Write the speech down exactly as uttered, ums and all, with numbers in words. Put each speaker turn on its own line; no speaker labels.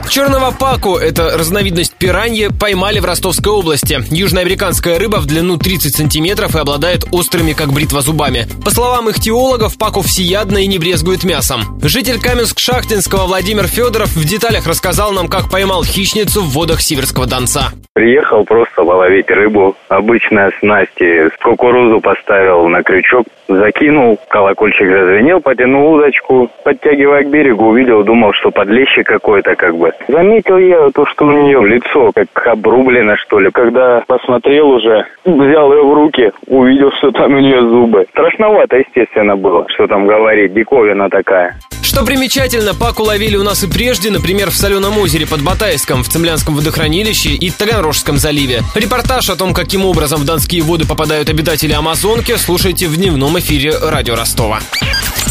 Черного паку, это разновидность пираньи, поймали в Ростовской области. Южноамериканская рыба в длину тридцать сантиметров и обладает острыми, как бритва, зубами. По словам ихтиологов, паку всеядна и не брезгует мясом. Житель Каменск-Шахтинского Владимир Федоров в деталях рассказал нам, как поймал хищницу в водах Сиверского Донца.
Приехал просто ловить рыбу. Обычная снасть. Кукурузу поставил на крючок, закинул, колокольчик зазвенел, потянул удочку. Подтягивая к берегу, увидел, думал, что подлещик какой-то как бы. Заметил я то, что у нее лицо как обрублено, что ли. Когда посмотрел уже, взял ее в руки, увидел, что там у нее зубы. Страшновато, естественно, было, что там говорить, диковина такая.
Что примечательно, паку ловили у нас и прежде, например, в Соленом озере под Батайском, в Цемлянском водохранилище и Таганрожском заливе. Репортаж о том, каким образом в донские воды попадают обитатели Амазонки, слушайте в дневном эфире Радио Ростова.